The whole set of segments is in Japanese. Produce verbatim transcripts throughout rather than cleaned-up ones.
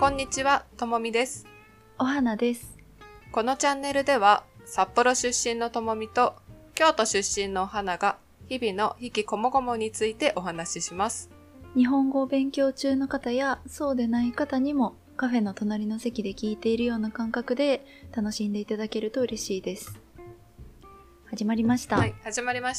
こんにちは、ともみです。 お花です。 このチャンネルでは、札幌出身のともみと京都出身のお花が日々の悲喜こもごもについてお話しします。 日本語を勉強中の方やそうでない方にもカフェの隣の席で聞いているような感覚で楽しんでいただけると嬉しいです。始まりました。 はい、始まりました。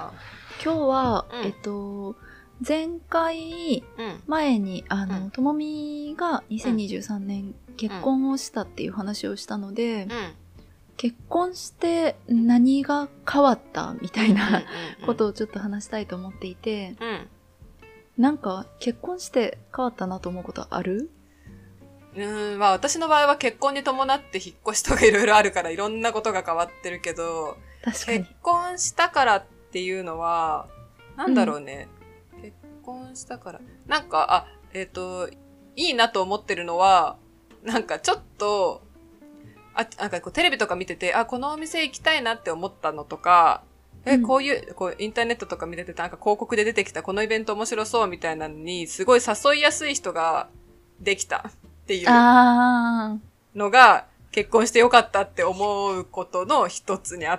今日は、 うん、 えっと前回前に、うん、あの、うん、ともみがにせんにじゅうさんねん、うん、結婚をしたっていう話をしたので、うん、結婚して何が変わったみたいなことをちょっと話したいと思っていて、うん、なんか結婚して変わったなと思うことある？ うーん、まあ私の場合は結婚に伴って引っ越しとかいろいろあるからいろんなことが変わってるけど、 確かに。 結婚したからっていうのは、なんだろうね。うん、結婚したから。なんか、あ、えっと、いいなと思ってるのは、なんかちょっと、あ、なんかこうテレビとか見てて、あ、このお店行きたいなって思ったのとか、え、うん、こういう、こうインターネットとか見てて、なんか広告で出てきたこのイベント面白そうみたいなのに、すごい誘いやすい人ができたっていうのが、結婚してよかったって思うことの一つにあって、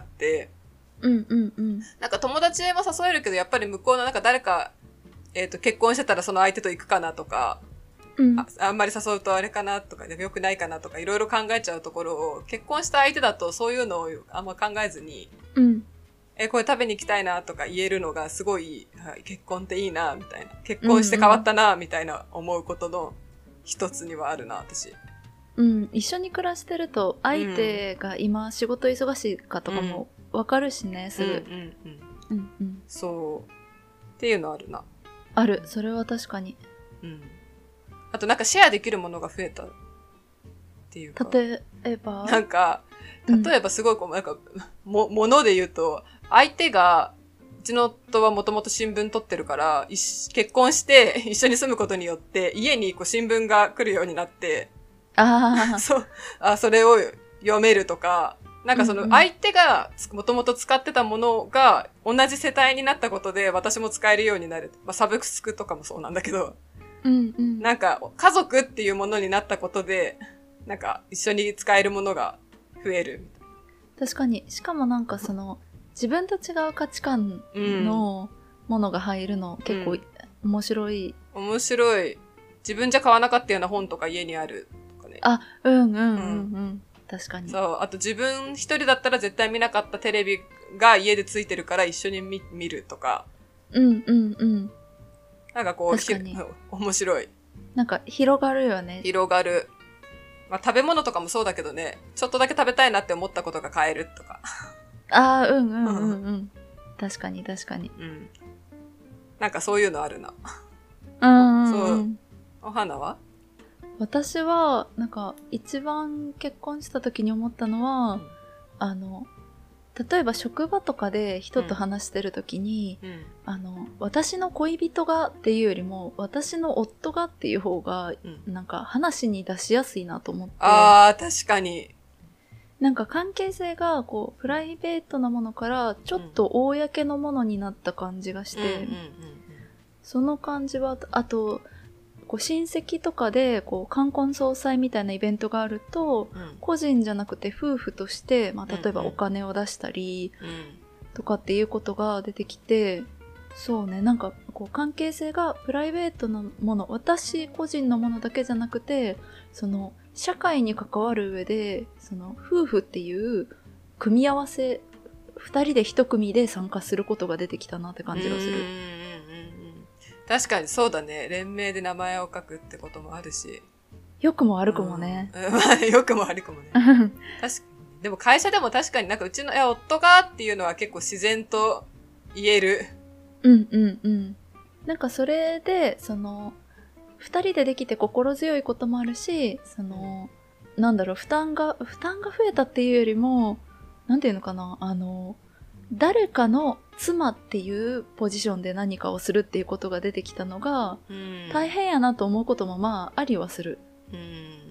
うんうんうん。 なんか友達も誘えるけど、やっぱり向こうのなんか誰か、えっと、結婚してたらその相手と行くかなとか、うん、あ, あんまり誘うとあれかなとか、良くないかなとか、いろいろ考えちゃうところを、結婚した相手だとそういうのをあんま考えずに、うん、え、これ食べに行きたいなとか言えるのがすごい、はい、結婚っていいな、みたいな。結婚して変わったな、みたいな思うことの一つにはあるな、私。 うん、一緒に暮らしてると、相手が今仕事忙しいかとかもわかるしね、すぐ。うんうんうん。 うんうん。そう。っていうのあるな。 ある。それは確かに。うん。 あとなんかシェアできるものが増えたっていうか。 例えばなんか、例えばすごいこう、なんか、も、もので言うと、相手が、うちの夫はもともと新聞撮ってるから、結婚して一緒に住むことによって、家にこう新聞が来るようになって、 ああ。 そう、あ、それを読めるとか、なんかその相手がもともと使ってたものが同じ世帯になったことで私も使えるようになる。まあサブスクとかもそうなんだけど、うんうん、なんか家族っていうものになったことで、なんか一緒に使えるものが増える。 確かに。しかもなんかその自分と違う価値観のものが入るの、うん、結構面白い。 面白い。自分じゃ買わなかったような本とか家にあるとかね。 あ、うんうんうんうん。うん確かに。 そう。あと自分一人だったら絶対見なかったテレビが家でついてるから一緒に 見, 見るとか。 うんうんうん。 なんかこう、確かに面白い。 なんか広がるよね。 広がる。まあ食べ物とかもそうだけどね、ちょっとだけ食べたいなって思ったことが買えるとか。 ああ、うんうんうんうん。確かに確かに。うん。 なんかそういうのあるな。 うんうん、うん。 そう。お花は？ 私は、なんか、一番結婚した時に思ったのは、うん、あの、例えば職場とかで人と話してる時に、うん、あの、私の恋人がっていうよりも、私の夫がっていう方が、うん、なんか話に出しやすいなと思って。 ああ、確かに。 なんか関係性が、こう、プライベートなものから、ちょっと公のものになった感じがして、その感じは、あと、こう親戚とかでこう冠婚葬祭みたいなイベントがあると、うん、個人じゃなくて夫婦として、まあ、例えばお金を出したりとかっていうことが出てきて、うん、そうね、なんかこう関係性がプライベートなもの、私個人のものだけじゃなくて、その社会に関わる上でその夫婦っていう組み合わせ、二人で一組で参加することが出てきたなって感じがする。 確かにそうだね。連名で名前を書くってこともあるし。 よくも悪くもね。 うん、よくも悪くもね。確かに。でも会社でも確かになんかうちのいや夫がっていうのは結構自然と言える。 うんうんうん。なんかそれで、その、二人でできて心強いこともあるし、その、なんだろう、負担が、負担が増えたっていうよりも、なんていうのかな、あの、誰かの妻っていうポジションで何かをするっていうことが出てきたのが、うん、大変やなと思うこともまあありはする。うん、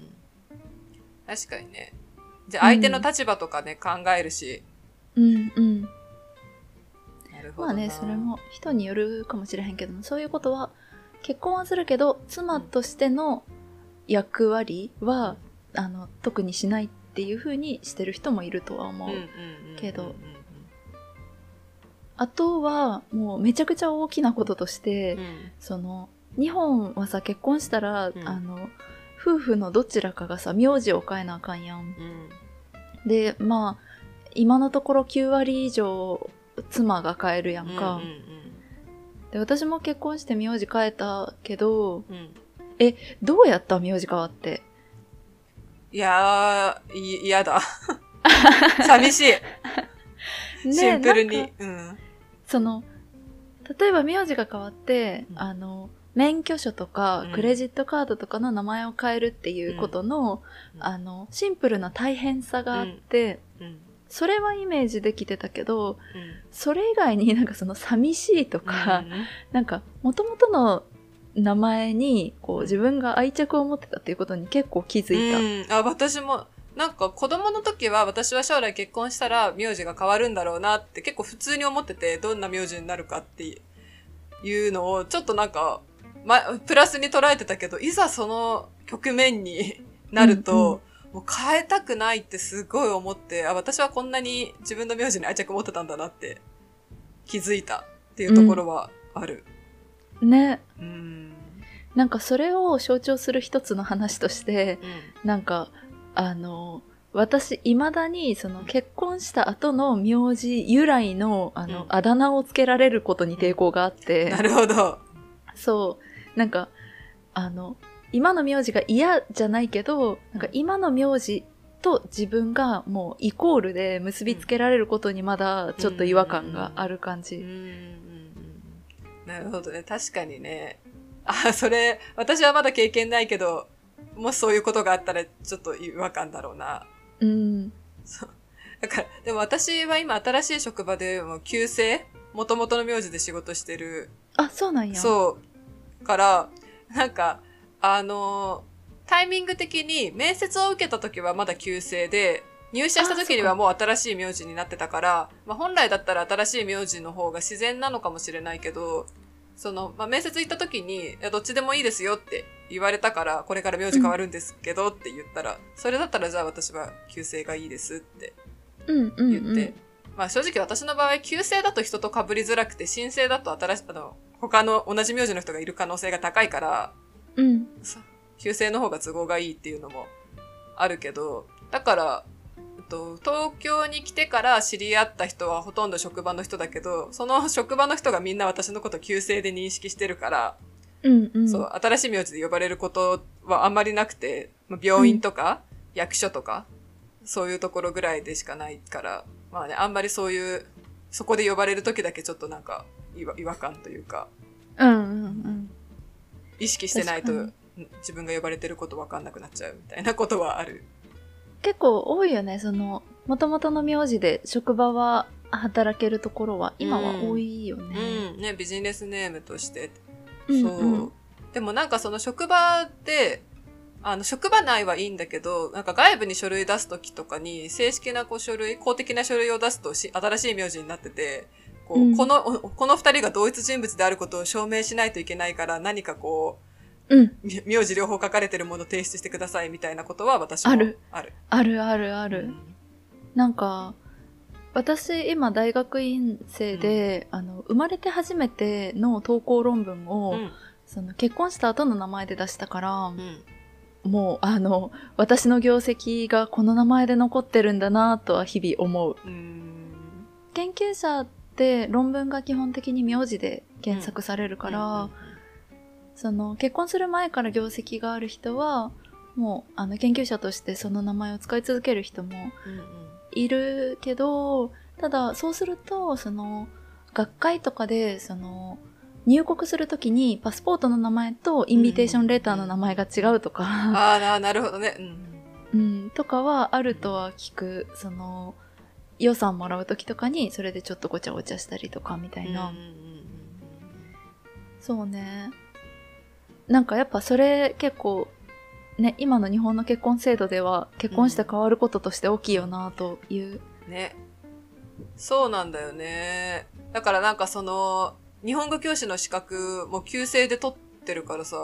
確かにね。じゃあ相手の立場とかね、うん、考えるし。 うんうん。 なるほどな。 まあね、それも人によるかもしれへんけども、そういうことは結婚はするけど妻としての、 役割はあの特にしないっていう風にしてる人もいるとは思うけど、あとはもうめちゃくちゃ大きなこととして、うん、その日本はさ結婚したら、うん、あの夫婦のどちらかがさ名字を変えなあかんやん、うん、でまあ今のところきゅう割以上妻が変えるやんか、うんうんうん、で私も結婚して名字変えたけど、うん、えどうやった名字変わって。 いやー嫌だ寂しいね、シンプルに、うん、 その例えば名字が変わって、うん、あの免許証とかクレジットカードとかの名前を変えるっていうことの、うん、あのシンプルな大変さがあって、うんうん、それはイメージできてたけど、うん、それ以外になんかその寂しいとか、うん、なんか元々の名前にこう自分が愛着を持ってたっていうことに結構気づいた。うん、あ、私もなんか子供の時は私は将来結婚したら名字が変わるんだろうなって結構普通に思ってて、どんな名字になるかっていうのをちょっとなんか、ま、プラスに捉えてたけど、いざその局面になると、うんうん、もう変えたくないってすごい思って、あ、私はこんなに自分の名字に愛着持ってたんだなって気づいたっていうところはある。 うん、ね。うん。なんかそれを象徴する一つの話として、うん、なんか、あの、私、未だに、その、結婚した後の名字由来の、あの、うん、あだ名をつけられることに抵抗があって。 なるほど。 そう。なんか、あの、今の名字が嫌じゃないけど、なんか今の名字と自分がもうイコールで結びつけられることにまだちょっと違和感がある感じ。うんうんうんうん、なるほどね。確かにね。あ、それ、私はまだ経験ないけど、もしそういうことがあったらちょっと違和感だろうな。うん。そう。だから、でも私は今新しい職場でもう旧姓元々の名字で仕事してる。 あ、そうなんや。 そう。から、なんか、あのー、タイミング的に面接を受けた時はまだ旧姓で、入社した時にはもう新しい名字になってたから、まあ本来だったら新しい名字の方が自然なのかもしれないけど、その、まあ、面接行った時に、いや、どっちでもいいですよって言われたから、これから名字変わるんですけどって言ったら、うん、それだったらじゃあ私は旧姓がいいですって言って、うんうんうん、まあ正直私の場合、旧姓だと人と被りづらくて、新姓だと新しい、あの、他の同じ名字の人がいる可能性が高いから、うん、旧姓の方が都合がいいっていうのもあるけど、だから、東京に来てから知り合った人はほとんど職場の人だけど、その職場の人がみんな私のこと旧姓で認識してるから、うんうん、そう、新しい名字で呼ばれることはあんまりなくて、病院とか、うん、役所とか、そういうところぐらいでしかないから、まあね、あんまりそういう、そこで呼ばれる時だけちょっとなんか違和、違和感というか、うんうんうん、意識してないと自分が呼ばれてること分かんなくなっちゃうみたいなことはある。 結構多いよね。その元々の名字で職場は働けるところは今は多いよね。 うん、うん、ね、ビジネスネームとして、うんうん、そう。でもなんかその職場であの職場内はいいんだけど、なんか外部に書類出すときとかに正式なこう書類、公的な書類を出すとし新しい名字になってて、こう、うん、このこの二人が同一人物であることを証明しないといけないから何かこう。うん。名字両方書かれてるものを提出してくださいみたいなことは私もある。ある。 あるあるある。うん、なんか、私今大学院生で、うん、あの、生まれて初めての投稿論文を、うん、その結婚した後の名前で出したから、うん、もうあの、私の業績がこの名前で残ってるんだなとは日々思う。うん、研究者って論文が基本的に名字で検索されるから、うんうんうん、その結婚する前から業績がある人はもうあの研究者としてその名前を使い続ける人もいるけど、うんうん、ただそうするとその学会とかでその入国するときにパスポートの名前とインビテーションレターの名前が違うとか、うんうん、 ああなるほどね、 うん、うん、とかはあるとは聞く。その予算もらうときとかにそれでちょっとごちゃごちゃしたりとかみたいな、うんうんうん、そうね。なんかやっぱそれ結構ね、今の日本の結婚制度では結婚して変わることとして大きいよなという、 うん、ね、そうなんだよね。だからなんかその日本語教師の資格も旧姓で取ってるからさ、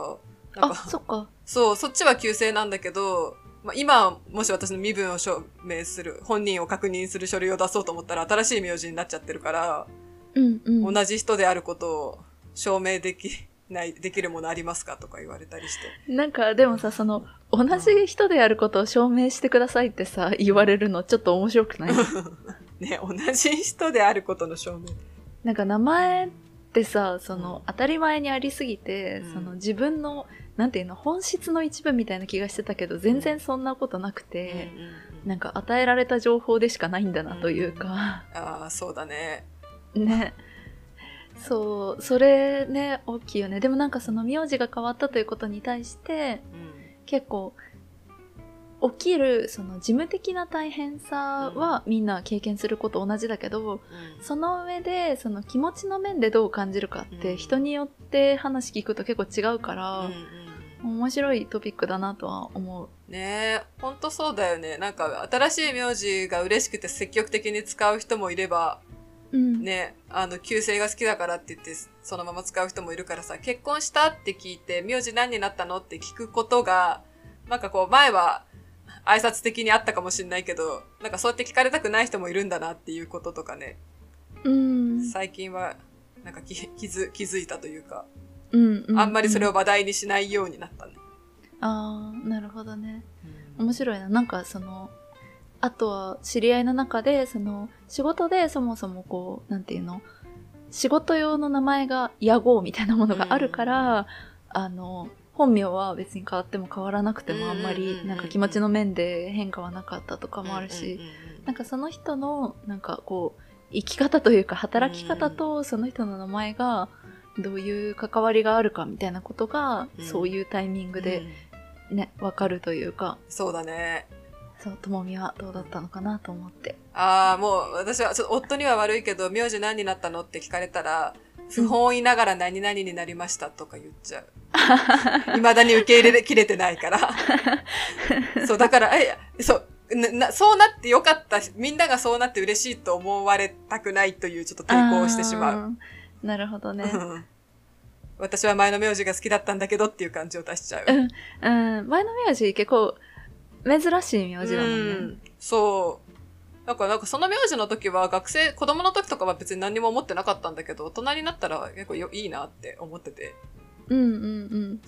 なんあ、 かそっか。 そう、そっちは旧姓なんだけど、まあ、今、もし私の身分を証明する、本人を確認する書類を出そうと思ったら新しい名字になっちゃってるから、 うんうん。 同じ人であることを証明できない、できるものありますかとか言われたりして。 なんか、でもさ、その、同じ人であることを証明してくださいってさ、言われるのちょっと面白くない？ ね、同じ人であることの証明。 なんか名前ってさ、その、 うん当たり前にありすぎて、 うんその自分の、なんていうの、本質の一部みたいな気がしてたけど、全然そんなことなくて、 うんうんうんなんか与えられた情報でしかないんだなというか、 ああ、そうだね。 ね。そう、それね、大きいよね。でもなんかその名字が変わったということに対して、 うん結構、起きるその事務的な大変さはみんな経験すること同じだけど、 うんその上でその気持ちの面でどう感じるかってうん人によって話聞くと結構違うから、 うんうん面白いトピックだなとは思う。 ねえ、ほんとそうだよね。なんか、新しい名字が嬉しくて積極的に使う人もいれば、 うん。 ね、あの、旧姓が好きだからって言って、そのまま使う人もいるからさ、結婚したって聞いて、名字何になったのって聞くことが、なんかこう、前は挨拶的にあったかもしれないけど、なんかそうやって聞かれたくない人もいるんだなっていうこととかね、 うん。 最近は、なんか気気づ、気づいたというか、 うん、うん。 あんまりそれを話題にしないようになったね。 ああ、なるほどね。 うん面白いな。なんかその、あとは知り合いの中で、その、仕事でそもそもこう、なんていうの、仕事用の名前が屋号みたいなものがあるから、あの、本名は別に変わっても変わらなくてもあんまりなんか気持ちの面で変化はなかったとかもあるし、 うんうんうんうんなんかその人のなんかこう生き方というか働き方とその人の名前がどういう関わりがあるかみたいなことが、 うんそういうタイミングでねわかるというか、 そうだね。 そうともみはどうだったのかなと思って。 ああ、もう私はちょっと夫には悪いけど、名字何になったのって聞かれたら、不本意ながら何々になりましたとか言っちゃう。未だに受け入れきれてないから。そう、だから、え、そうなな、そうなってよかった、みんながそうなって嬉しいと思われたくないというちょっと抵抗をしてしまう。 あーなるほどね。 うん私は前の名字が好きだったんだけどっていう感じを出しちゃう。 うん、うん、前の名字結構珍しい名字だもんね。 うんそう。だからなんかその名字の時は学生、子供の時とかは別に何にも思ってなかったんだけど、大人になったら結構よいいなって思ってて。 うんうんうん。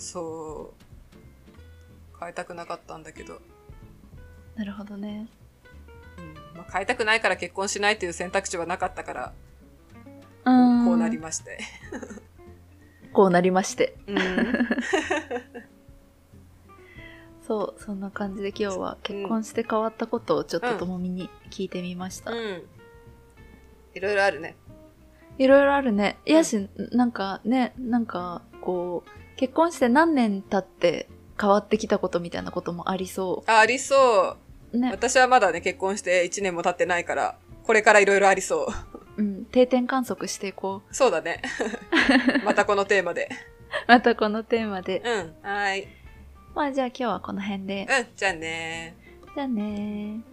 そう。変えたくなかったんだけど。 なるほどね。 うんまあ、変えたくないから結婚しないという選択肢はなかったから、 うんこうなりまして。 こうなりまして。 うん、 そう、そんな感じで今日は結婚して変わったことをちょっとともみに聞いてみました。 うん。いろいろあるね。 いろいろあるね。いやし、なんかね、なんかこう、結婚して何年経って変わってきたことみたいなこともありそあ、ありそう。 う。ね。 私はまだね、結婚していちねんも経ってないから、これからいろいろありそう。 うん、定点観測していこそうだね。またこのテーマで。 う。またこのテーマで。 うん。はい。 まあじゃあ今日はこの辺で。 うん。じゃあねじゃあねー。